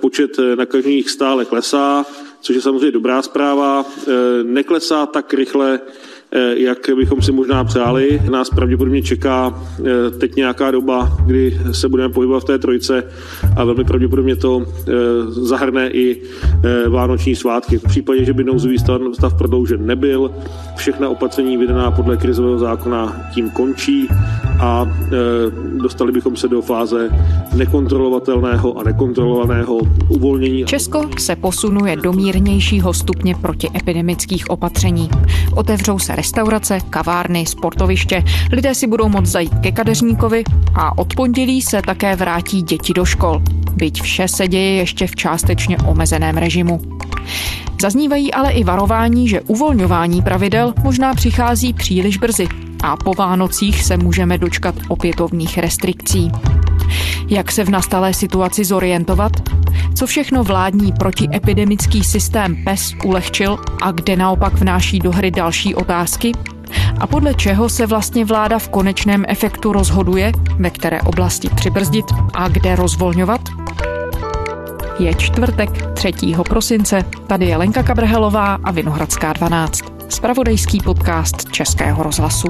počet nakažených stále klesá, což je samozřejmě dobrá zpráva. Neklesá tak rychle, jak bychom si možná přáli. Nás pravděpodobně čeká teď nějaká doba, kdy se budeme pohybovat v té trojce a velmi pravděpodobně to zahrne i vánoční svátky. V případě, že by nouzový stav prodloužen nebyl, všechna opatření vydaná podle krizového zákona tím končí a dostali bychom se do fáze nekontrolovatelného a nekontrolovaného uvolnění. Česko se posunuje do mírnějšího stupně protiepidemických opatření. Otevřou se restaurace, kavárny, sportoviště, lidé si budou moct zajít ke kadeřníkovi a od pondělí se také vrátí děti do škol. Byť vše se děje ještě v částečně omezeném režimu. Zaznívají ale i varování, že uvolňování pravidel možná přichází příliš brzy a po Vánocích se můžeme dočkat opětovných restrikcí. Jak se v nastalé situaci zorientovat? Co všechno vládní protiepidemický systém PES ulehčil a kde naopak vnáší do hry další otázky? A podle čeho se vlastně vláda v konečném efektu rozhoduje, ve které oblasti přibrzdit a kde rozvolňovat? Je čtvrtek 3. prosince. Tady je Lenka Kabrhelová a Vinohradská 12. Zpravodajský podcast Českého rozhlasu.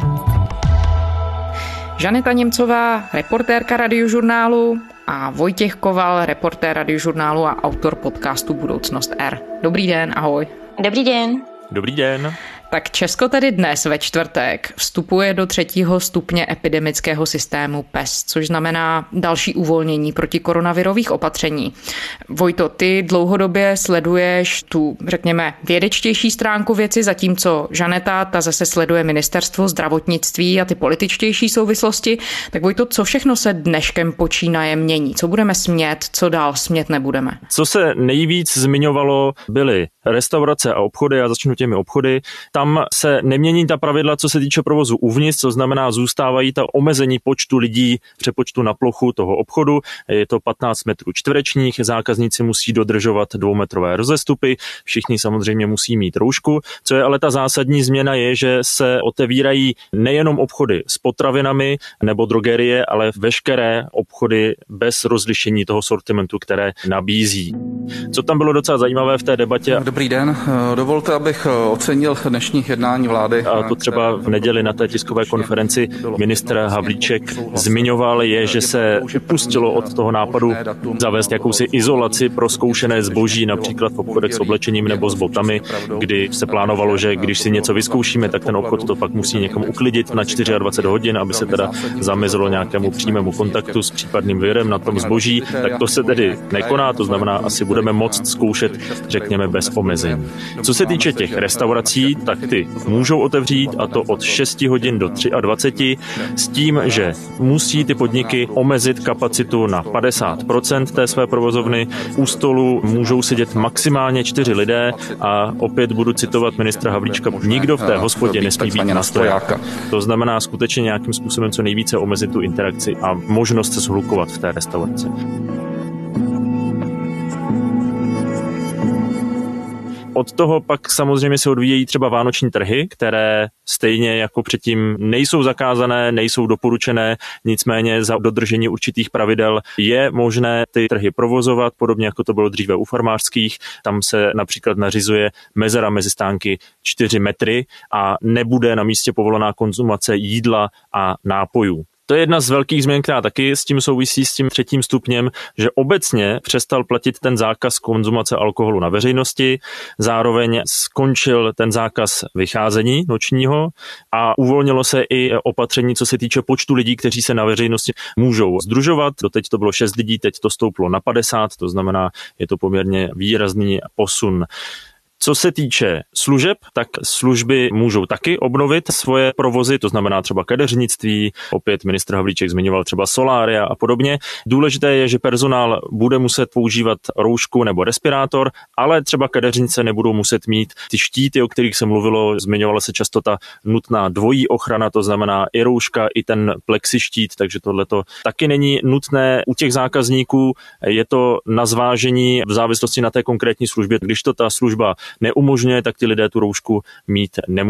Žaneta Němcová, reportérka Radiožurnálu, a Vojtěch Koval, reportér Radiožurnálu a autor podcastu Budoucnost R. Dobrý den, ahoj. Dobrý den. Dobrý den. Tak Česko tedy dnes ve čtvrtek vstupuje do 3. stupně epidemického systému PES, což znamená další uvolnění proti koronavirových opatření. Vojto, ty dlouhodobě sleduješ tu, řekněme, vědečtější stránku věci, zatímco Žaneta, ta zase sleduje ministerstvo zdravotnictví a ty političtější souvislosti. Tak Vojto, co všechno se dneškem počínaje mění? Co budeme smět, co dál smět nebudeme? Co se nejvíc zmiňovalo, byly restaurace a obchody, já začnu těmi obchody. Tam se nemění ta pravidla, co se týče provozu uvnitř, co znamená, zůstávají ta omezení počtu lidí přepočtu na plochu toho obchodu. Je to 15 metrů čtverečních, zákazníci musí dodržovat 2metrové rozestupy, všichni samozřejmě musí mít roušku. Co je ale ta zásadní změna je, že se otevírají nejenom obchody s potravinami nebo drogerie, ale veškeré obchody bez rozlišení toho sortimentu, které nabízí. Co tam bylo docela zajímavé v té debatě? Dobrý den, dovolte, abych ocenil dnešní jednání vlády. A to třeba v neděli na té tiskové konferenci ministr Havlíček zmiňoval, je, že se upustilo od toho nápadu zavést jakousi izolaci pro zkoušené zboží, například v obchodech s oblečením nebo s botami, kdy se plánovalo, že když si něco vyzkoušíme, tak ten obchod to pak musí někam uklidit na 24 hodin, aby se teda zamezilo nějakému přímému kontaktu s případným virem na tom zboží. Tak to se tedy nekoná, to znamená, asi budeme moct zkoušet, řekněme, bez omezení. Co se týče těch restaurací, tak ty můžou otevřít, a to od 6 hodin do 23 s tím, že musí ty podniky omezit kapacitu na 50% té své provozovny. U stolu můžou sedět maximálně 4 lidé a opět budu citovat ministra Havlíčka, nikdo v té hospodě nesmí být na stojáka. To znamená skutečně nějakým způsobem co nejvíce omezit tu interakci a možnost se shlukovat v té restauraci. Od toho pak samozřejmě se odvíjejí třeba vánoční trhy, které stejně jako předtím nejsou zakázané, nejsou doporučené, nicméně za dodržení určitých pravidel je možné ty trhy provozovat, podobně jako to bylo dříve u farmářských. Tam se například nařizuje mezera mezi stánky 4 metry a nebude na místě povolená konzumace jídla a nápojů. To je jedna z velkých změn, která taky s tím souvisí s tím 3. stupněm, že obecně přestal platit ten zákaz konzumace alkoholu na veřejnosti, zároveň skončil ten zákaz vycházení nočního a uvolnilo se i opatření, co se týče počtu lidí, kteří se na veřejnosti můžou sdružovat. Doteď to bylo 6 lidí, teď to stouplo na 50, to znamená, je to poměrně výrazný posun. Co se týče služeb, tak služby můžou taky obnovit svoje provozy, to znamená třeba kadeřnictví, opět ministr Havlíček zmiňoval třeba solária a podobně. Důležité je, že personál bude muset používat roušku nebo respirátor, ale třeba kadeřnice nebudou muset mít ty štíty, o kterých se mluvilo, zmiňovala se často ta nutná dvojí ochrana, to znamená i rouška, i ten plexištít, takže tohleto taky není nutné u těch zákazníků, je to na zvážení v závislosti na té konkrétní službě, když to ta služba neumožňuje, tak ti lidé tu roušku mít nemusí.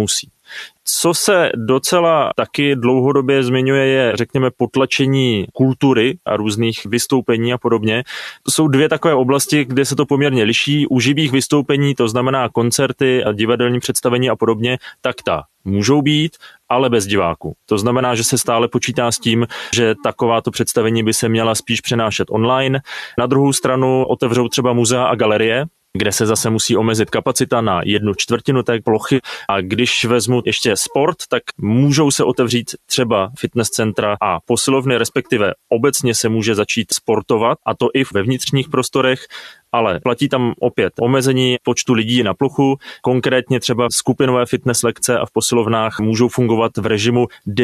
Co se docela taky dlouhodobě zmiňuje, je, řekněme, potlačení kultury a různých vystoupení a podobně. Jsou dvě takové oblasti, kde se to poměrně liší. U živých vystoupení, to znamená koncerty a divadelní představení a podobně, tak ta můžou být, ale bez diváků. To znamená, že se stále počítá s tím, že takováto představení by se měla spíš přenášet online. Na druhou stranu otevřou třeba muzea a galerie, kde se zase musí omezit kapacita na 1/4 té plochy. A když vezmu ještě sport, tak můžou se otevřít třeba fitness centra a posilovny, respektive obecně se může začít sportovat, a to i ve vnitřních prostorech, ale platí tam opět omezení počtu lidí na plochu, konkrétně třeba skupinové fitness lekce a v posilovnách můžou fungovat v režimu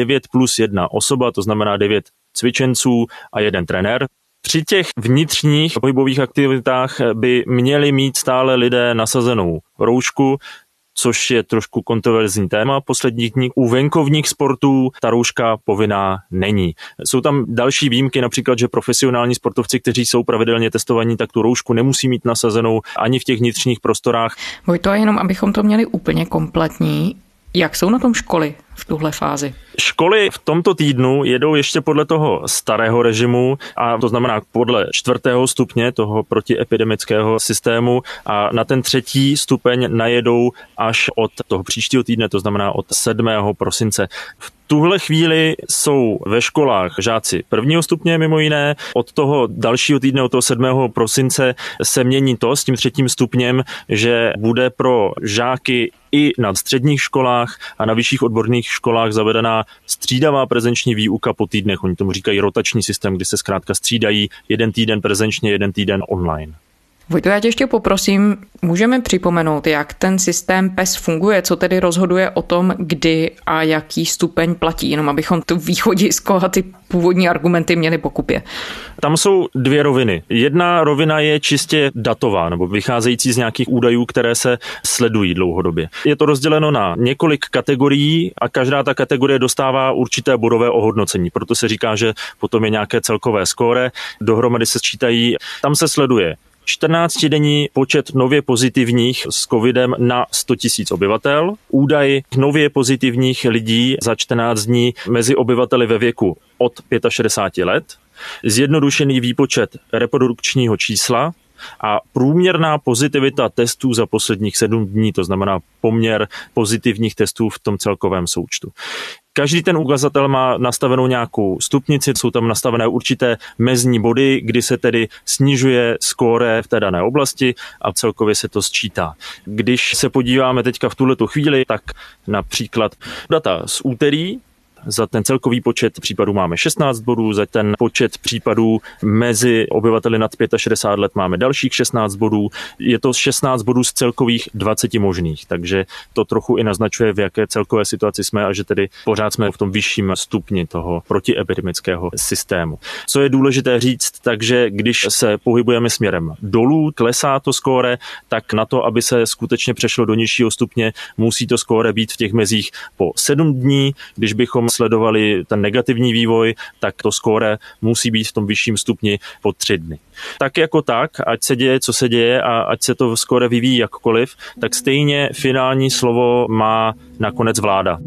9+1 osoba, to znamená 9 cvičenců a 1 trenér. Při těch vnitřních pohybových aktivitách by měli mít stále lidé nasazenou roušku, což je trošku kontroverzní téma posledních dní. U venkovních sportů ta rouška povinná není. Jsou tam další výjimky, například, že profesionální sportovci, kteří jsou pravidelně testovaní, tak tu roušku nemusí mít nasazenou ani v těch vnitřních prostorách. Vojto, jenom abychom to měli úplně kompletní, jak jsou na tom školy v tuhle fázi? Školy v tomto týdnu jedou ještě podle toho starého režimu, a to znamená podle 4. stupně toho protiepidemického systému, a na ten 3. stupeň najedou až od toho příštího týdne, to znamená od 7. prosince. V tuhle chvíli jsou ve školách žáci 1. stupně mimo jiné, od toho dalšího týdne, od toho 7. prosince se mění to s tím 3. stupněm, že bude pro žáky i na středních školách a na vyšších odborných školách zavedená střídavá prezenční výuka po týdnech. Oni tomu říkají rotační systém, kdy se zkrátka střídají 1 týden prezenčně, 1 týden online. Vojto, já tě ještě poprosím, můžeme připomenout, jak ten systém PES funguje, co tedy rozhoduje o tom, kdy a jaký stupeň platí, jenom abychom tu východisko a ty původní argumenty měli pokupě. Tam jsou 2 roviny. Jedna rovina je čistě datová, nebo vycházející z nějakých údajů, které se sledují dlouhodobě. Je to rozděleno na několik kategorií a každá ta kategorie dostává určité bodové ohodnocení. Proto se říká, že potom je nějaké celkové skóre, dohromady se sčítají. Tam se sleduje 14denní počet nově pozitivních s covidem na 100 000 obyvatel, údaj nově pozitivních lidí za 14 dní mezi obyvateli ve věku od 65 let, zjednodušený výpočet reprodukčního čísla a průměrná pozitivita testů za posledních 7 dní, to znamená poměr pozitivních testů v tom celkovém součtu. Každý ten ukazatel má nastavenou nějakou stupnici, jsou tam nastavené určité mezní body, kdy se tedy snižuje skóre v té dané oblasti a celkově se to sčítá. Když se podíváme teďka v tuhletu chvíli, tak například data z úterý, za ten celkový počet případů máme 16 bodů, za ten počet případů mezi obyvateli nad 65 let máme dalších 16 bodů. Je to 16 bodů z celkových 20 možných, takže to trochu i naznačuje, v jaké celkové situaci jsme a že tedy pořád jsme v tom vyšším stupni toho protiepidemického systému. Co je důležité říct, takže když se pohybujeme směrem dolů, klesá to skóre, tak na to, aby se skutečně přešlo do nižšího stupně, musí to skóre být v těch mezích po 7 dní. Když bychom sledovali ten negativní vývoj, tak to skóre musí být v tom vyšším stupni po 3 dny. Tak jako tak, ať se děje, co se děje a ať se to skóre vyvíjí jakkoliv, tak stejně finální slovo má nakonec vláda.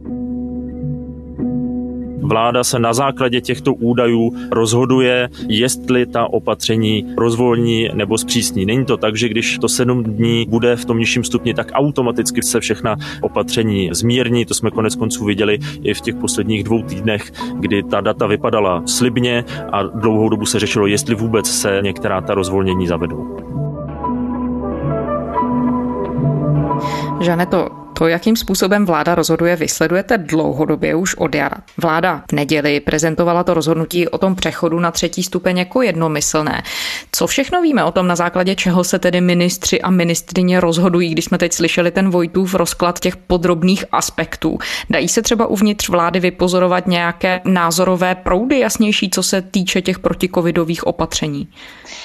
Vláda se na základě těchto údajů rozhoduje, jestli ta opatření rozvolní nebo zpřísní. Není to tak, že když to 7 dní bude v tom nižším stupni, tak automaticky se všechna opatření zmírní. To jsme konec konců viděli i v těch posledních 2 týdnech, kdy ta data vypadala slibně a dlouhou dobu se řešilo, jestli vůbec se některá ta rozvolnění zavedou. Žaneto, to, jakým způsobem vláda rozhoduje, vysledujete dlouhodobě už od jara. Vláda v neděli prezentovala to rozhodnutí o tom přechodu na 3. stupeň jako jednomyslné. Co všechno víme o tom, na základě čeho se tedy ministři a ministryně rozhodují, když jsme teď slyšeli ten Vojtův rozklad těch podrobných aspektů? Dají se třeba uvnitř vlády vypozorovat nějaké názorové proudy jasnější, co se týče těch protikovidových opatření?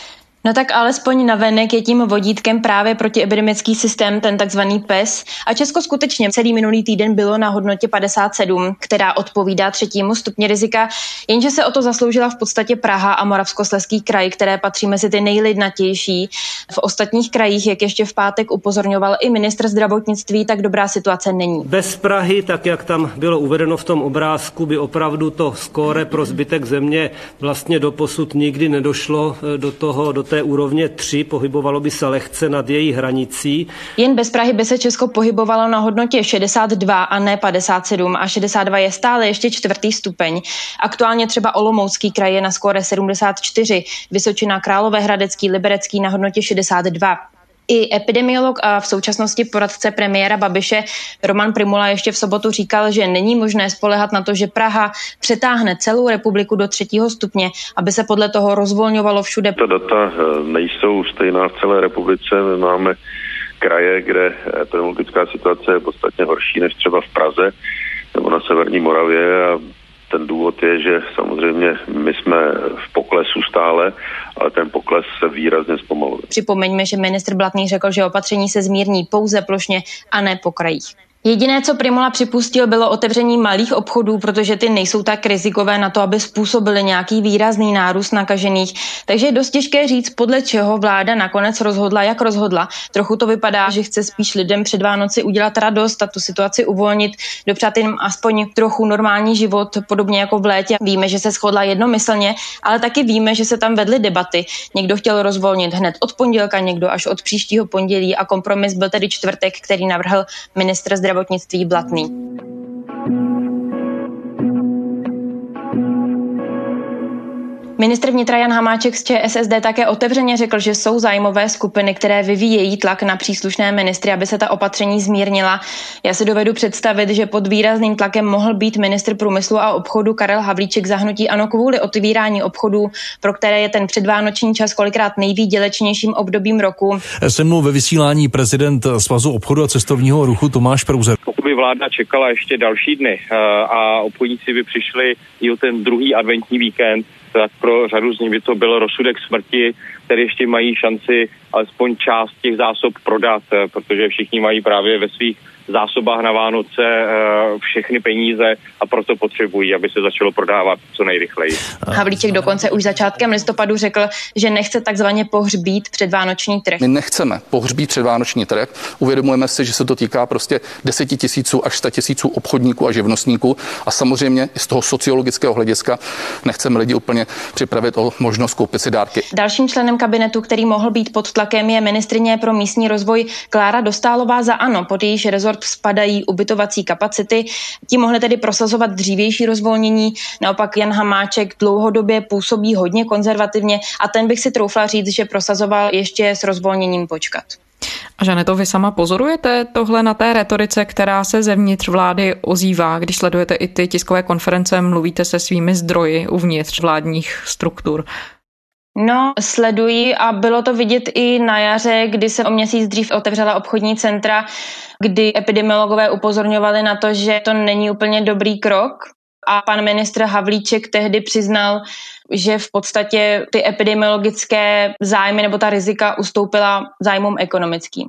No tak alespoň navenek je tím vodítkem právě protiepidemický systém, ten takzvaný PES. A Česko skutečně celý minulý týden bylo na hodnotě 57, která odpovídá 3. stupni rizika, jenže se o to zasloužila v podstatě Praha a Moravskoslezský kraj, které patří mezi ty nejlidnatější. V ostatních krajích, jak ještě v pátek upozorňoval i ministr zdravotnictví, tak dobrá situace není. Bez Prahy, tak jak tam bylo uvedeno v tom obrázku, by opravdu to skóre pro zbytek země vlastně doposud nikdy nedošlo do té úrovně 3, pohybovalo by se lehce nad její hranicí. Jen bez Prahy by se Česko pohybovalo na hodnotě 62 a ne 57 a 62 je stále ještě 4. stupeň. Aktuálně třeba Olomoucký kraj je na skóre 74, Vysočina, Královéhradecký, Liberecký na hodnotě 62. I epidemiolog a v současnosti poradce premiéra Babiše Roman Prymula ještě v sobotu říkal, že není možné spoléhat na to, že Praha přetáhne celou republiku do 3. stupně, aby se podle toho rozvolňovalo všude. Ta data nejsou stejná v celé republice. My máme kraje, kde epidemiologická situace je podstatně horší než třeba v Praze nebo na severní Moravě a ten důvod je, že samozřejmě my jsme v poklesu stále, ale ten pokles se výrazně zpomaluje. Připomeňme, že ministr Blatný řekl, že opatření se zmírní pouze plošně a ne po krajích. Jediné, co Prymula připustil, bylo otevření malých obchodů, protože ty nejsou tak rizikové na to, aby způsobily nějaký výrazný nárůst nakažených. Takže je dost těžké říct, podle čeho vláda nakonec rozhodla, jak rozhodla. Trochu to vypadá, že chce spíš lidem před Vánoci udělat radost a tu situaci uvolnit, dopřát jim aspoň trochu normální život, podobně jako v létě. Víme, že se shodla jednomyslně, ale taky víme, že se tam vedly debaty. Někdo chtěl rozvolnit hned od pondělka, někdo až od příštího pondělí a kompromis byl tedy čtvrtek, který navrhl ministr zdravotnictví Blatný. Ministr vnitra Jan Hamáček z ČSSD také otevřeně řekl, že jsou zájmové skupiny, které vyvíjejí tlak na příslušné ministry, aby se ta opatření zmírnila. Já si dovedu představit, že pod výrazným tlakem mohl být ministr průmyslu a obchodu Karel Havlíček za hnutí ANO kvůli otvírání obchodů, pro které je ten předvánoční čas kolikrát nejvýdělečnějším obdobím roku. Se mnou ve vysílání prezident Svazu obchodu a cestovního ruchu Tomáš Prouzer. Pokud by vláda čekala ještě další dny a obchodníci by přišli i o ten druhý adventní víkend, tak pro řadu z nich by to byl rozsudek smrti, který ještě mají šanci alespoň část těch zásob prodat, protože všichni mají právě ve svých zásobách na Vánoce všechny peníze a proto potřebují, aby se začalo prodávat co nejrychleji. Havlíček dokonce už začátkem listopadu řekl, že nechce takzvaně pohřbít předvánoční trh. My nechceme pohřbít předvánoční trh. Uvědomujeme si, že se to týká prostě 10 000 až 100 000 obchodníků a živnostníků a samozřejmě z toho sociologického hlediska nechceme lidi úplně připravit o možnost koupit si dárky. Dalším členem kabinetu, který mohl být pod tlakem, je ministryně pro místní rozvoj Klára Dostálová za ANO, pod jejíž rezort spadají ubytovací kapacity. Ti mohli tedy prosazovat dřívější rozvolnění, naopak Jan Hamáček dlouhodobě působí hodně konzervativně a ten bych si troufla říct, že prosazoval ještě s rozvolněním počkat. A Žaneto, vy sama pozorujete tohle na té retorice, která se zevnitř vlády ozývá, když sledujete i ty tiskové konference, mluvíte se svými zdroji uvnitř vládních struktur? No, sledují a bylo to vidět i na jaře, kdy se o měsíc dřív otevřela obchodní centra, kdy epidemiologové upozorňovali na to, že to není úplně dobrý krok. A pan ministr Havlíček tehdy přiznal, že v podstatě ty epidemiologické zájmy nebo ta rizika ustoupila zájmům ekonomickým.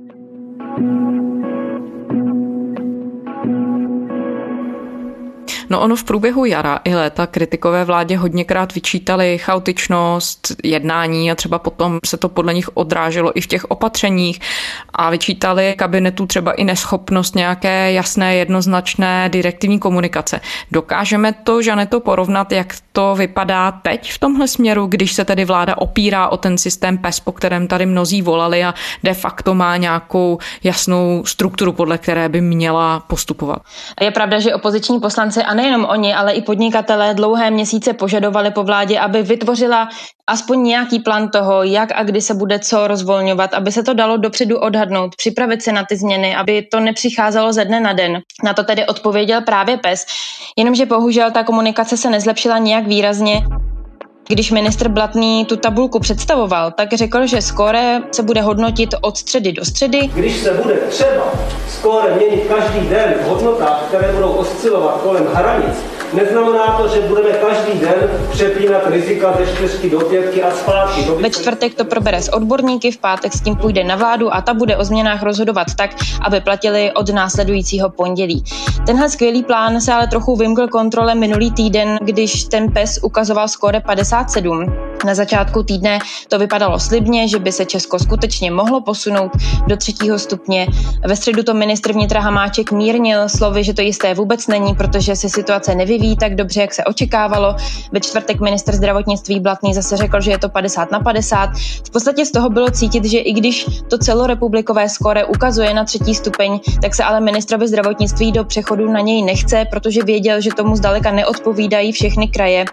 No ono v průběhu jara i léta kritikové vládě hodněkrát vyčítali chaotičnost jednání a třeba potom se to podle nich odráželo i v těch opatřeních a vyčítali kabinetu třeba i neschopnost nějaké jasné, jednoznačné direktivní komunikace. Dokážeme to, Žaneto, porovnat, jak to vypadá teď v tomhle směru, když se tedy vláda opírá o ten systém PES, po kterém tady mnozí volali a de facto má nějakou jasnou strukturu, podle které by měla postupovat? Je pravda, že opoziční poslanci a nejenom oni, ale i podnikatelé dlouhé měsíce požadovali po vládě, aby vytvořila aspoň nějaký plán toho, jak a kdy se bude co rozvolňovat, aby se to dalo dopředu odhadnout, připravit se na ty změny, aby to nepřicházelo ze dne na den. Na to tedy odpověděl právě PES, jenomže bohužel ta komunikace se nezlepšila nějak výrazně. Když ministr Blatný tu tabulku představoval, tak řekl, že skóre se bude hodnotit od středy do středy. Když se bude třeba skóre měnit každý den v hodnotách, které budou oscilovat kolem hranic, Neznamená to, že budeme každý den přepínat rizika ze 4 do 5 a zpátky. Ve čtvrtek to probere s odborníky, v pátek s tím půjde na vládu a ta bude o změnách rozhodovat tak, aby platily od následujícího pondělí. Tenhle skvělý plán se ale trochu vymkl kontrole minulý týden, když ten PES ukazoval skóre 57. Na začátku týdne to vypadalo slibně, že by se Česko skutečně mohlo posunout do 3. stupně. Ve středu to ministr vnitra Hamáček mírnil slovy, že to jisté vůbec není, protože se situace nevyvíjí tak dobře, jak se očekávalo. Ve čtvrtek ministr zdravotnictví Blatný zase řekl, že je to 50/50. V podstatě z toho bylo cítit, že i když to celorepublikové skóre ukazuje na 3. stupeň, tak se ale ministrovi zdravotnictví do přechodu na něj nechce, protože věděl, že tomu zdaleka neodpovídají všechny kraje.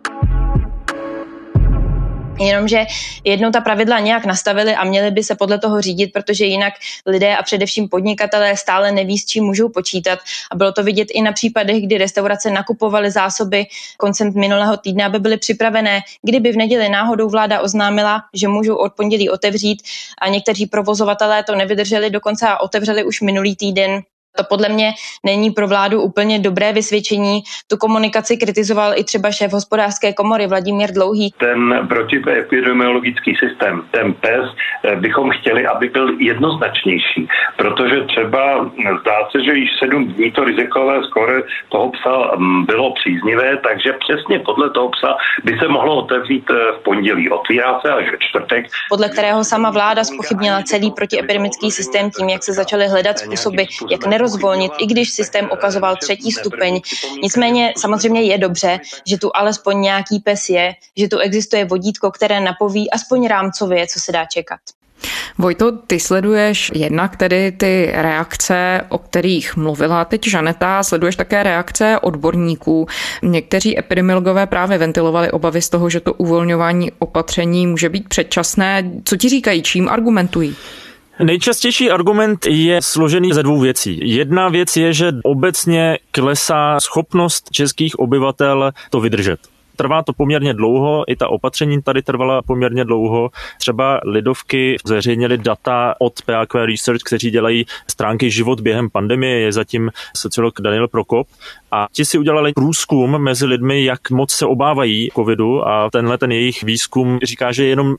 Jenomže jednou ta pravidla nějak nastavili a měli by se podle toho řídit, protože jinak lidé a především podnikatelé stále neví, s čím můžou počítat. A bylo to vidět i na případech, kdy restaurace nakupovaly zásoby koncem minulého týdne, aby byly připravené, kdyby v neděli náhodou vláda oznámila, že můžou od pondělí otevřít a někteří provozovatelé to nevydrželi dokonce a otevřeli už minulý týden. To podle mě není pro vládu úplně dobré vysvědčení. Tu komunikaci kritizoval i třeba šéf hospodářské komory Vladimír Dlouhý. Ten protiepidemiologický systém, ten PES, bychom chtěli, aby byl jednoznačnější, protože třeba zdá se, že již 7 dní to rizikové skóre toho psa bylo příznivé, takže přesně podle toho psa by se mohlo otevřít v pondělí. Otvírá se až ve čtvrtek. Podle kterého sama vláda zpochybnila celý protiepidemický systém tím, jak se začaly hledat způsoby, jak nerozvolnit, i když systém ukazoval 3. stupeň. Nicméně samozřejmě je dobře, že tu alespoň nějaký PES je, že tu existuje vodítko, které napoví aspoň rámcově, co se dá čekat. Vojto, ty sleduješ jednak tedy ty reakce, o kterých mluvila teď Žaneta, sleduješ také reakce odborníků. Někteří epidemiologové právě ventilovali obavy z toho, že to uvolňování opatření může být předčasné. Co ti říkají, čím argumentují? Nejčastější argument je složený ze 2 věcí. Jedna věc je, že obecně klesá schopnost českých obyvatel to vydržet. Trvá to poměrně dlouho, i ta opatření tady trvala poměrně dlouho. Třeba Lidovky zveřejnili data od PAQ Research, kteří dělají stránky Život během pandemie, je zatím sociolog Daniel Prokop. A ti si udělali průzkum mezi lidmi, jak moc se obávají covidu a ten jejich výzkum říká, že jenom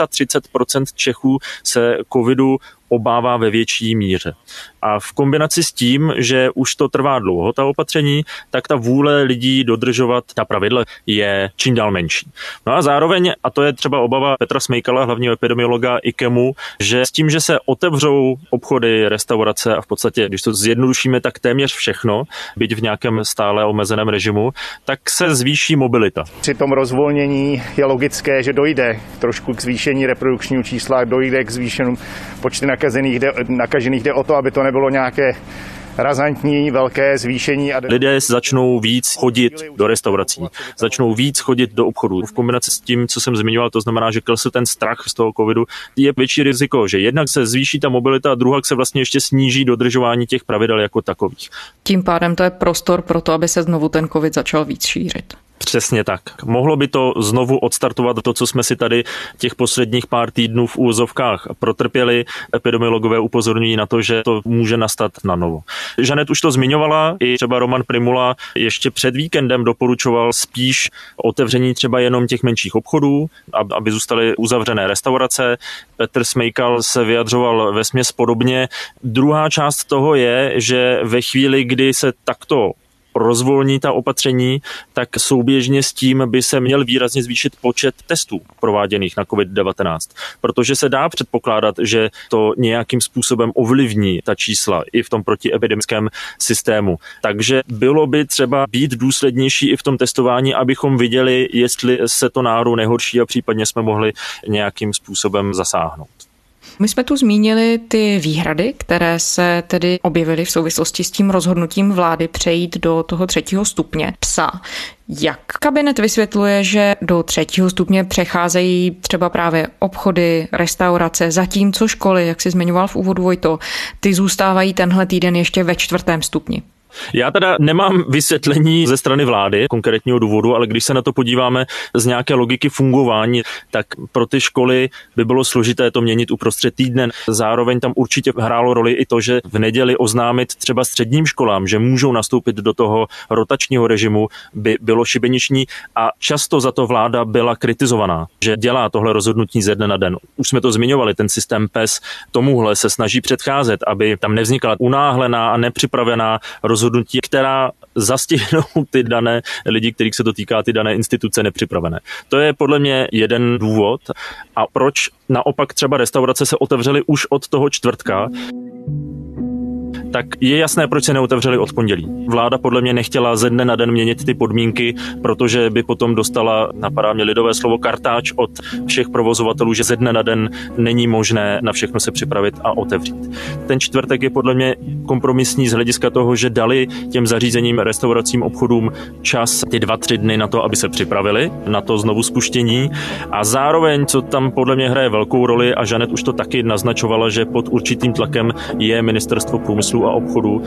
39% Čechů se covidu obává ve větší míře. A v kombinaci s tím, že už to trvá dlouho, ta opatření, tak ta vůle lidí dodržovat ta pravidla je čím dál menší. No a zároveň, a to je třeba obava Petra Smejkala, hlavního epidemiologa IKEMu, že s tím, že se otevřou obchody, restaurace a v podstatě, když to zjednodušíme, tak téměř všechno, byť v nějakém stále omezeném režimu, tak se zvýší mobilita. Při tom rozvolnění je logické, že dojde trošku k zvýšení reprodukčního čísla, dojde k zvýšenému počtu nakažených. Jde o to, aby to nebylo nějaké razantní, velké zvýšení. Lidé začnou víc chodit do restaurací, začnou víc chodit do obchodů. V kombinaci s tím, co jsem zmiňoval, to znamená, že klesl ten strach z toho covidu, je větší riziko, že jednak se zvýší ta mobilita a druhak se vlastně ještě sníží dodržování těch pravidel jako takových. Tím pádem to je prostor pro to, aby se znovu ten covid začal víc šířit. Přesně tak. Mohlo by to znovu odstartovat to, co jsme si tady těch posledních pár týdnů v úvozovkách protrpěli. Epidemiologové upozorňují na to, že to může nastat na novo. Žanet už to zmiňovala, i třeba Roman Primula ještě před víkendem doporučoval spíš otevření třeba jenom těch menších obchodů, aby zůstaly uzavřené restaurace. Petr Smejkal se vyjadřoval vesměs podobně. Druhá část toho je, že ve chvíli, kdy se takto rozvolní ta opatření, tak souběžně s tím by se měl výrazně zvýšit počet testů prováděných na COVID-19, protože se dá předpokládat, že to nějakým způsobem ovlivní ta čísla i v tom protiepidemickém systému. Takže bylo by třeba být důslednější i v tom testování, abychom viděli, jestli se to náhodou nehorší a případně jsme mohli nějakým způsobem zasáhnout. My jsme tu zmínili ty výhrady, které se tedy objevily v souvislosti s tím rozhodnutím vlády přejít do toho 3. stupně PSA. Jak kabinet vysvětluje, že do 3. stupně přecházejí třeba právě obchody, restaurace, zatímco školy, jak jsi zmiňoval v úvodu Vojto, ty zůstávají tenhle týden ještě ve 4. stupni? Já teda nemám vysvětlení ze strany vlády konkrétního důvodu, ale když se na to podíváme z nějaké logiky fungování, tak pro ty školy by bylo složité to měnit uprostřed týdne. Zároveň tam určitě hrálo roli i to, že v neděli oznámit třeba středním školám, že můžou nastoupit do toho rotačního režimu, by bylo šibeniční a často za to vláda byla kritizovaná, že dělá tohle rozhodnutí ze dne na den. Už jsme to zmiňovali, ten systém PES tomuhle se snaží předcházet, aby tam nevznikla unáhlená a nepřipravená rozhodnutí, která zastihnou ty dané lidi, kterých se to týká, ty dané instituce nepřipravené. To je podle mě jeden důvod. A proč naopak třeba restaurace se otevřely už od toho čtvrtka, tak je jasné, proč se neotevřeli od pondělí. Vláda podle mě nechtěla ze dne na den měnit ty podmínky, protože by potom dostala, napadá mě lidové slovo, kartáč od všech provozovatelů, že ze dne na den není možné na všechno se připravit a otevřít. Ten čtvrtek je podle mě kompromisní z hlediska toho, že dali těm zařízením, restauracím, obchodům čas ty 2-3 dny na to, aby se připravili na to znovu spuštění a zároveň, co tam podle mě hraje velkou roli a Žanet už to taky naznačovala, že pod určitým tlakem je Ministerstvo průmyslu a obchodu.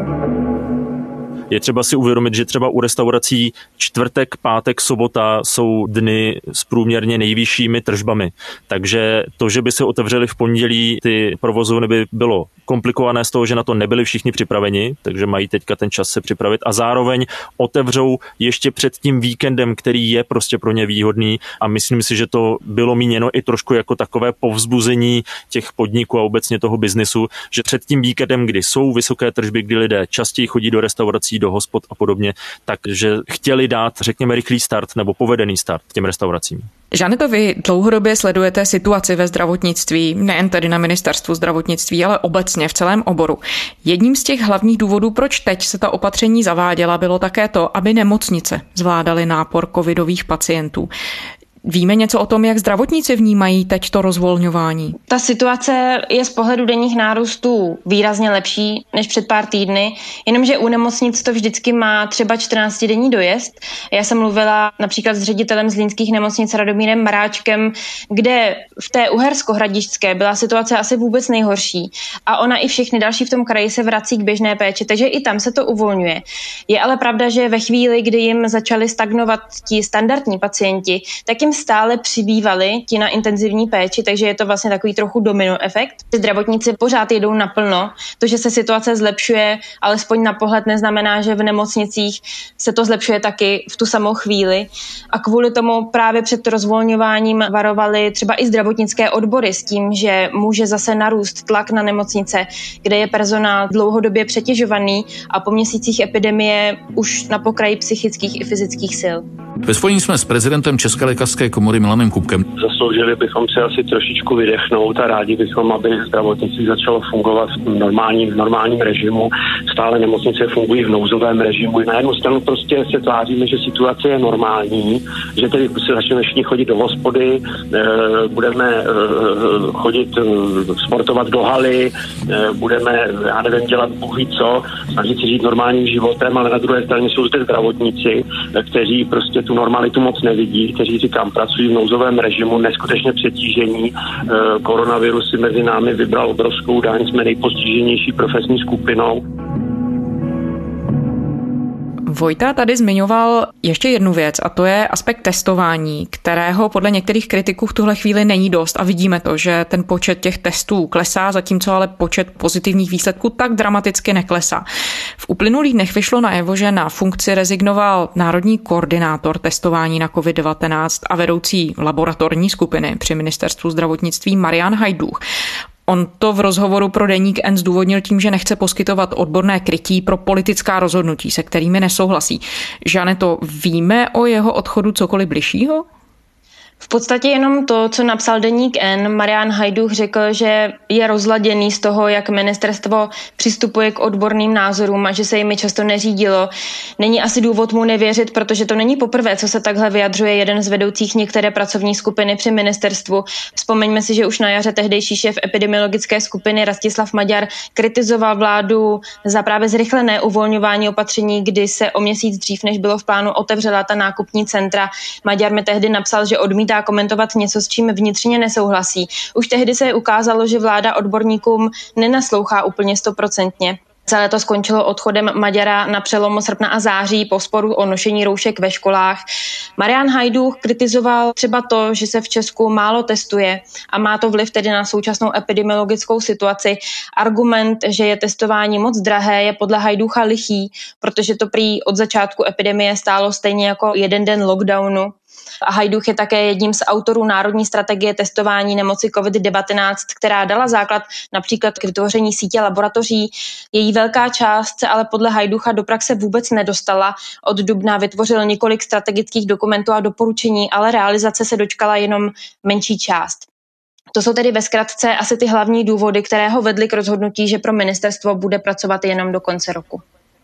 Je třeba si uvědomit, že třeba u restaurací čtvrtek, pátek, sobota jsou dny s průměrně nejvyššími tržbami. Takže to, že by se otevřely v pondělí ty provozovny, by bylo komplikované z toho, že na to nebyli všichni připraveni, takže mají teďka ten čas se připravit a zároveň otevřou ještě před tím víkendem, který je prostě pro ně výhodný a myslím si, že to bylo míněno i trošku jako takové povzbuzení těch podniků a obecně toho biznesu, že před tím víkendem, kdy jsou vysoké tržby, kdy lidé častěji chodí do restaurací, do hospod a podobně, takže chtěli dát, řekněme, rychlý start nebo povedený start těm restauracím. Žaneto, vy dlouhodobě sledujete situaci ve zdravotnictví, nejen tedy na ministerstvu zdravotnictví, ale obecně v celém oboru. Jedním z těch hlavních důvodů, proč teď se ta opatření zaváděla, bylo také to, aby nemocnice zvládaly nápor covidových pacientů. Víme něco o tom, jak zdravotníci vnímají teď to rozvolňování? Ta situace je z pohledu denních nárůstů výrazně lepší než před pár týdny, jenomže u nemocnic to vždycky má třeba 14denní dojezd. Já jsem mluvila například s ředitelem zlínských nemocnic Radomírem Maráčkem, kde v té uherskohradišťské byla situace asi vůbec nejhorší a ona i všechny další v tom kraji se vrací k běžné péči, takže i tam se to uvolňuje. Je ale pravda, že ve chvíli, kdy jim začali stagnovat ti standardní pacienti, tak jim stále přibývali ti na intenzivní péči, takže je to vlastně takový trochu domino efekt. Zdravotníci pořád jedou naplno. To, že se situace zlepšuje, alespoň na pohled neznamená, že v nemocnicích se to zlepšuje taky v tu samou chvíli. A kvůli tomu právě před rozvolňováním varovali třeba i zdravotnické odbory s tím, že může zase narůst tlak na nemocnice, kde je personál dlouhodobě přetěžovaný a po měsících epidemie už na pokraji psychických i fyzických sil. Ve spojení jsme s prezidentem České lékařské komory Milanem Kubkem. Zasloužili bychom se asi trošičku vydechnout a rádi bychom, aby zdravotnictví začalo fungovat v normálním režimu. Stále nemocnice fungují v nouzovém režimu. Na jednu stranu prostě se tváříme, že situace je normální, že tedy se začneme všichni chodit do hospody, budeme chodit sportovat do haly, budeme, já nevím, dělat bůh ví co, snažit si žít normálním životem, ale na druhé straně jsou zde zdravotníci, kteří prostě tu normalitu moc nevidí, kteří, říkám, pracují v nouzovém režimu, neskutečně přetížení. Koronavirus si mezi námi vybral obrovskou daň, jsme nejpostiženější profesní skupinou. Vojta tady zmiňoval ještě jednu věc a to je aspekt testování, kterého podle některých kritiků v tuhle chvíli není dost a vidíme to, že ten počet těch testů klesá, zatímco ale počet pozitivních výsledků tak dramaticky neklesá. V uplynulých dnech vyšlo najevo, že na funkci rezignoval národní koordinátor testování na COVID-19 a vedoucí laboratorní skupiny při ministerstvu zdravotnictví Marián Hajdúch. On to v rozhovoru pro Deník N zdůvodnil tím, že nechce poskytovat odborné krytí pro politická rozhodnutí, se kterými nesouhlasí. Žaneto, víme o jeho odchodu cokoliv bližšího? V podstatě jenom to, co napsal Deník N. Marián Hajdúch řekl, že je rozladěný z toho, jak ministerstvo přistupuje k odborným názorům a že se jimi často neřídilo. Není asi důvod mu nevěřit, protože to není poprvé, co se takhle vyjadřuje jeden z vedoucích některé pracovní skupiny při ministerstvu. Vzpomeňme si, že už na jaře tehdejší šéf epidemiologické skupiny Rastislav Maďar kritizoval vládu za právě zrychlené uvolňování opatření, kdy se o měsíc dřív, než bylo v plánu, otevřela ta nákupní centra. Maďar mi tehdy napsal, že odmítá komentovat něco, s čím vnitřně nesouhlasí. Už tehdy se ukázalo, že vláda odborníkům nenaslouchá úplně 100%. Celé to skončilo odchodem Maďara na přelomu srpna a září po sporu o nošení roušek ve školách. Marián Hajdúch kritizoval třeba to, že se v Česku málo testuje a má to vliv tedy na současnou epidemiologickou situaci. Argument, že je testování moc drahé, je podle Hajdúcha lichý, protože to prý od začátku epidemie stálo stejně jako jeden den lockdownu. A Hajdúch je také jedním z autorů národní strategie testování nemoci COVID-19, která dala základ například k vytvoření sítě laboratoří. Její velká část se ale podle Hajdúcha do praxe vůbec nedostala. Od dubna vytvořil několik strategických dokumentů a doporučení, ale realizace se dočkala jenom menší část. To jsou tedy ve zkratce asi ty hlavní důvody, které ho vedly k rozhodnutí, že pro ministerstvo bude pracovat jenom do konce roku.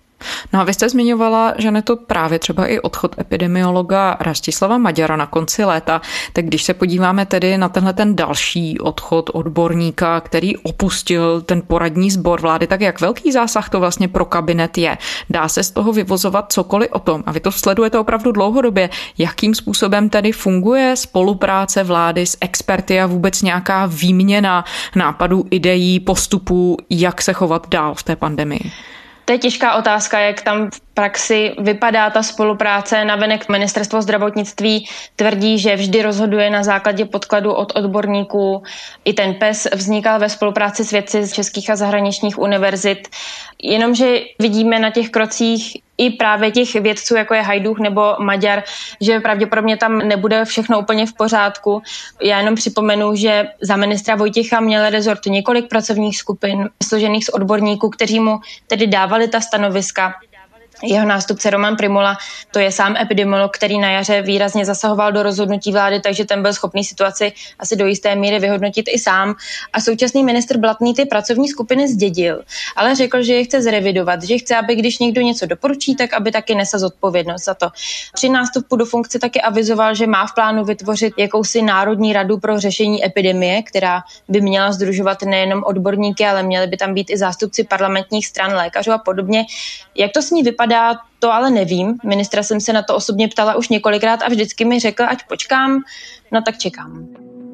No a vy jste zmiňovala, že to právě třeba i odchod epidemiologa Rastislava Maďara na konci léta. Tak když se podíváme tedy na tenhle ten další odchod odborníka, který opustil ten poradní sbor vlády, tak jak velký zásah to vlastně pro kabinet je? Dá se z toho vyvozovat cokoliv o tom? A vy to sledujete opravdu dlouhodobě. Jakým způsobem tedy funguje spolupráce vlády s experty a vůbec nějaká výměna nápadů, ideí, postupů, jak se chovat dál v té pandemii? To je těžká otázka, jak tam v praxi vypadá ta spolupráce. Navenek ministerstvo zdravotnictví tvrdí, že vždy rozhoduje na základě podkladu od odborníků. I ten PES vznikal ve spolupráci s vědci z českých a zahraničních univerzit. Jenomže vidíme na těch krocích i právě těch vědců, jako je Hajdúch nebo Maďar, že pravděpodobně tam nebude všechno úplně v pořádku. Já jenom připomenu, že za ministra Vojtěcha měl rezort několik pracovních skupin složených z odborníků, kteří mu tedy dávali ta stanoviska. Jeho nástupce Roman Prymula, to je sám epidemiolog, který na jaře výrazně zasahoval do rozhodnutí vlády, takže ten byl schopný situaci asi do jisté míry vyhodnotit i sám. A současný ministr Blatný ty pracovní skupiny zdědil, ale řekl, že je chce zrevidovat, že chce, aby když někdo něco doporučí, tak aby taky nesl zodpovědnost za to. Při nástupu do funkce taky avizoval, že má v plánu vytvořit jakousi národní radu pro řešení epidemie, která by měla sdružovat nejenom odborníky, ale měly by tam být i zástupci parlamentních stran, lékařů a podobně. Jak to s ní vypadá, to ale nevím. Ministra jsem se na to osobně ptala už několikrát a vždycky mi řekl, ať počkám, no tak čekám.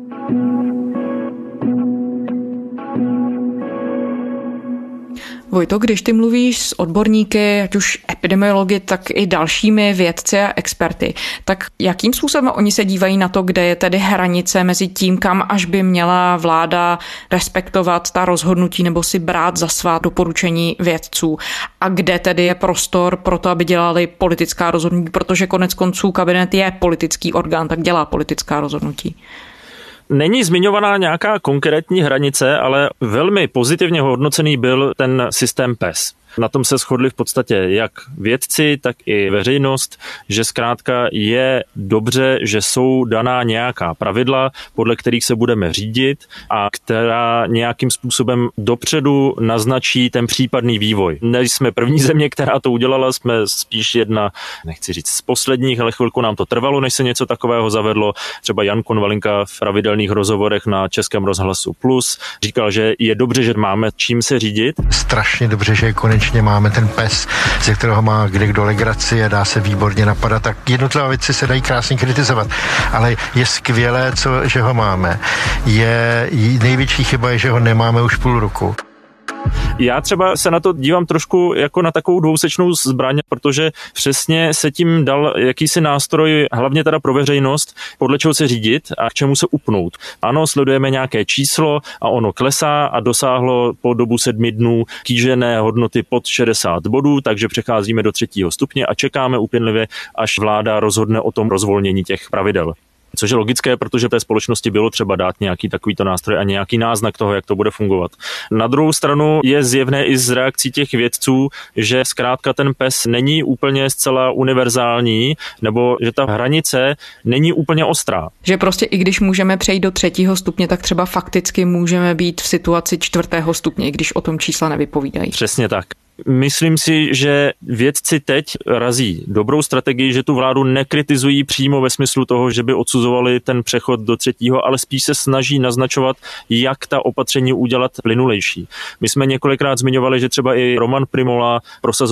Vojto, když ty mluvíš s odborníky, ať už epidemiology, tak i dalšími vědci a experty, tak jakým způsobem oni se dívají na to, kde je tedy hranice mezi tím, kam až by měla vláda respektovat ta rozhodnutí nebo si brát za svá doporučení vědců a kde tedy je prostor pro to, aby dělali politická rozhodnutí, protože konec konců kabinet je politický orgán, tak dělá politická rozhodnutí. Není zmiňovaná nějaká konkrétní hranice, ale velmi pozitivně hodnocený byl ten systém PES. Na tom se shodli v podstatě jak vědci, tak i veřejnost, že zkrátka je dobře, že jsou daná nějaká pravidla, podle kterých se budeme řídit a která nějakým způsobem dopředu naznačí ten případný vývoj. Nejsme první země, která to udělala, jsme spíš jedna, nechci říct z posledních, ale chvilku nám to trvalo, než se něco takového zavedlo. Třeba Jan Konvalinka v pravidelných rozhovorech na Českém rozhlasu Plus říkal, že je dobře, že máme čím se řídit. Strašně dobře, že konečně máme ten PES, ze kterého má kdekdo legraci a dá se výborně napadat. Tak jednotlivé věci se dají krásně kritizovat, ale je skvělé, že ho máme. Největší chyba je, že ho nemáme už půl roku. Já třeba se na to dívám trošku jako na takovou dvousečnou zbraň, protože přesně se tím dal jakýsi nástroj, hlavně teda pro veřejnost, podle čeho se řídit a k čemu se upnout. Ano, sledujeme nějaké číslo a ono klesá a dosáhlo po dobu 7 dnů kýžené hodnoty pod 60 bodů, takže přecházíme do 3. stupně a čekáme úpěnlivě, až vláda rozhodne o tom rozvolnění těch pravidel. Což je logické, protože té společnosti bylo třeba dát nějaký takovýto nástroj a nějaký náznak toho, jak to bude fungovat. Na druhou stranu je zjevné i z reakcí těch vědců, že zkrátka ten PES není úplně zcela univerzální, nebo že ta hranice není úplně ostrá. Že prostě i když můžeme přejít do 3. stupně, tak třeba fakticky můžeme být v situaci 4. stupně, i když o tom čísla nevypovídají. Přesně tak. Myslím si, že vědci teď razí dobrou strategii, že tu vládu nekritizují přímo ve smyslu toho, že by odsuzovali ten přechod do 3., ale spíš se snaží naznačovat, jak ta opatření udělat plynulejší. My jsme několikrát zmiňovali, že třeba i Roman Prymula prosazoval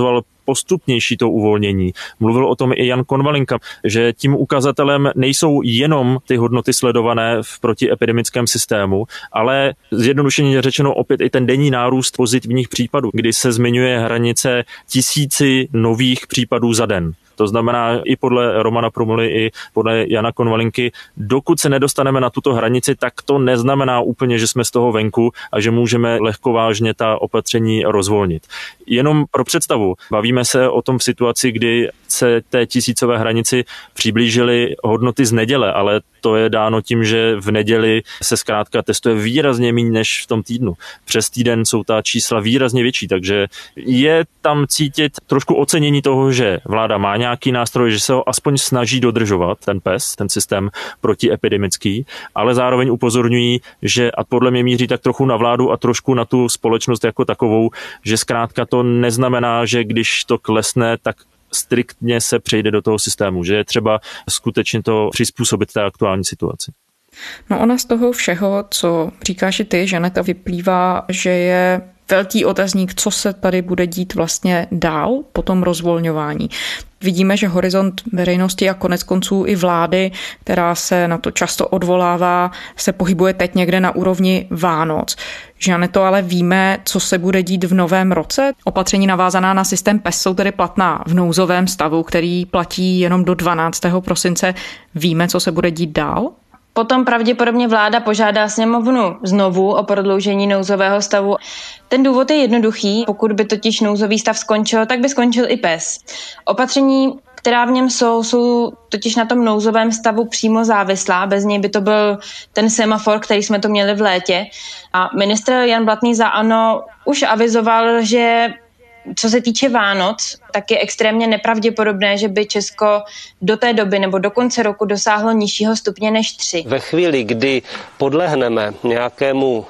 postupnější to uvolnění. Mluvil o tom i Jan Konvalinka, že tím ukazatelem nejsou jenom ty hodnoty sledované v protiepidemickém systému, ale zjednodušeně řečeno opět i ten denní nárůst pozitivních případů, kdy se zmiňuje hranice 1000 nových případů za den. To znamená i podle Romana Prumoly, i podle Jana Konvalinky, dokud se nedostaneme na tuto hranici, tak to neznamená úplně, že jsme z toho venku a že můžeme lehkovážně ta opatření rozvolnit. Jenom pro představu, bavíme se o tom v situaci, kdy se té 1000 hranici přiblížily hodnoty z neděle, ale to je dáno tím, že v neděli se zkrátka testuje výrazně méně než v tom týdnu. Přes týden jsou ta čísla výrazně větší, takže je tam cítit trošku ocenění toho, že vláda má nějaký nástroj, že se ho aspoň snaží dodržovat, ten PES, ten systém protiepidemický, ale zároveň upozorňují, že a podle mě míří tak trochu na vládu a trošku na tu společnost jako takovou, že zkrátka to neznamená, že když to klesne, tak striktně se přejde do toho systému, že je třeba skutečně to přizpůsobit té aktuální situaci. No ona z toho všeho, co říkáš i ty, Žaneta, vyplývá, že je velký otazník, co se tady bude dít vlastně dál po tom rozvolňování. Vidíme, že horizont veřejnosti a konec konců i vlády, která se na to často odvolává, se pohybuje teď někde na úrovni Vánoc. Žaneto, ale víme, co se bude dít v novém roce? Opatření navázaná na systém PES jsou tedy platná v nouzovém stavu, který platí jenom do 12. prosince. Víme, co se bude dít dál? Potom pravděpodobně vláda požádá sněmovnu znovu o prodloužení nouzového stavu. Ten důvod je jednoduchý, pokud by totiž nouzový stav skončil, tak by skončil i PES. Opatření, která v něm jsou totiž na tom nouzovém stavu přímo závislá, bez něj by to byl ten semafor, který jsme to měli v létě. A ministr Jan Blatný za ANO už avizoval, že co se týče Vánoc, tak je extrémně nepravděpodobné, že by Česko do té doby nebo do konce roku dosáhlo nižšího stupně než 3. Ve chvíli, kdy podlehneme nějakému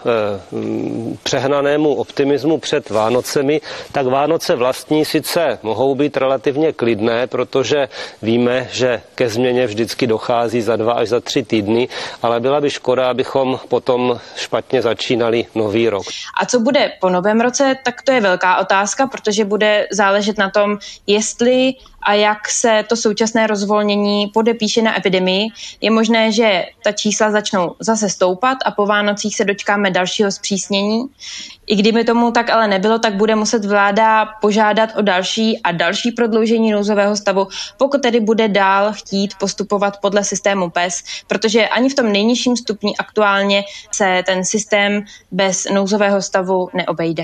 přehnanému optimismu před Vánocemi, tak Vánoce vlastní sice mohou být relativně klidné, protože víme, že ke změně vždycky dochází za 2 až za 3 týdny, ale byla by škoda, abychom potom špatně začínali nový rok. A co bude po novém roce, tak to je velká otázka, protože bude záležet na tom, jestli a jak se to současné rozvolnění podepíše na epidemii. Je možné, že ta čísla začnou zase stoupat a po Vánocích se dočkáme dalšího zpřísnění. I kdyby tomu tak ale nebylo, tak bude muset vláda požádat o další a další prodloužení nouzového stavu, pokud tedy bude dál chtít postupovat podle systému PES, protože ani v tom nejnižším stupni aktuálně se ten systém bez nouzového stavu neobejde.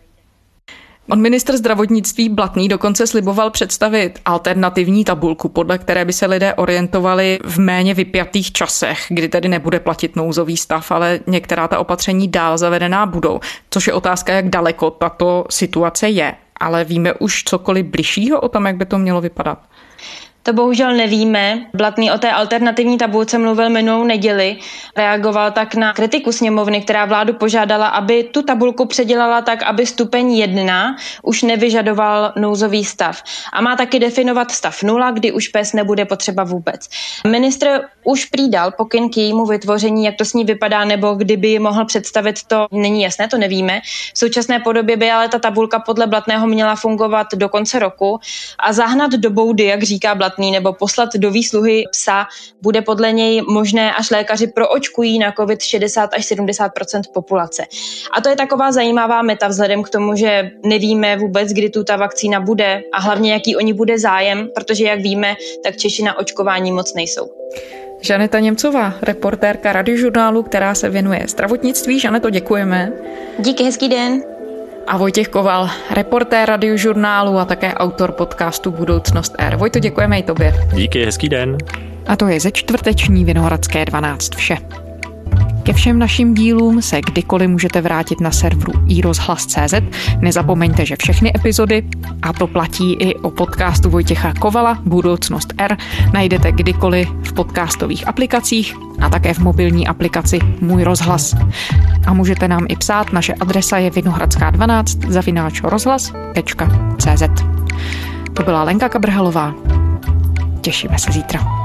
On ministr zdravotnictví Blatný dokonce sliboval představit alternativní tabulku, podle které by se lidé orientovali v méně vypjatých časech, kdy tedy nebude platit nouzový stav, ale některá ta opatření dál zavedená budou, což je otázka, jak daleko tato situace je. Ale víme už cokoliv bližšího o tom, jak by to mělo vypadat? To bohužel nevíme. Blatný o té alternativní tabulce mluvil minulou neděli. Reagoval tak na kritiku sněmovny, která vládu požádala, aby tu tabulku předělala tak, aby stupeň 1 už nevyžadoval nouzový stav. A má taky definovat stav 0, kdy už PES nebude potřeba vůbec. Ministr už prý dal pokyn k jejímu vytvoření, jak to s ní vypadá, nebo kdyby ji mohl představit, to není jasné, to nevíme. V současné podobě by ale ta tabulka podle Blatného měla fungovat do konce roku a zahnat do boudy, jak říká Blatný, nebo poslat do výsluhy psa bude podle něj možné, až lékaři proočkují na COVID 60 až 70% populace. A to je taková zajímavá meta vzhledem k tomu, že nevíme vůbec, kdy tu ta vakcína bude a hlavně jaký o ní bude zájem, protože jak víme, tak Češi na očkování moc nejsou. Žaneta Němcová, reportérka Radiožurnálu, která se věnuje zdravotnictví. Žaneto, děkujeme. Díky, hezký den. A Vojtěch Koval, reportér Radiožurnálu a také autor podcastu Budoucnost R. Vojto, děkujeme i tobě. Díky, hezký den. A to je ze čtvrteční Vinohradské 12 vše. Ke všem našim dílům se kdykoliv můžete vrátit na serveru iRozhlas.cz. Nezapomeňte, že všechny epizody, a to platí i o podcastu Vojtěcha Kovala Budoucnost R, najdete kdykoliv v podcastových aplikacích a také v mobilní aplikaci Můj rozhlas. A můžete nám i psát, naše adresa je vinohradská12@rozhlas.cz. To byla Lenka Kabrhelová. Těšíme se zítra.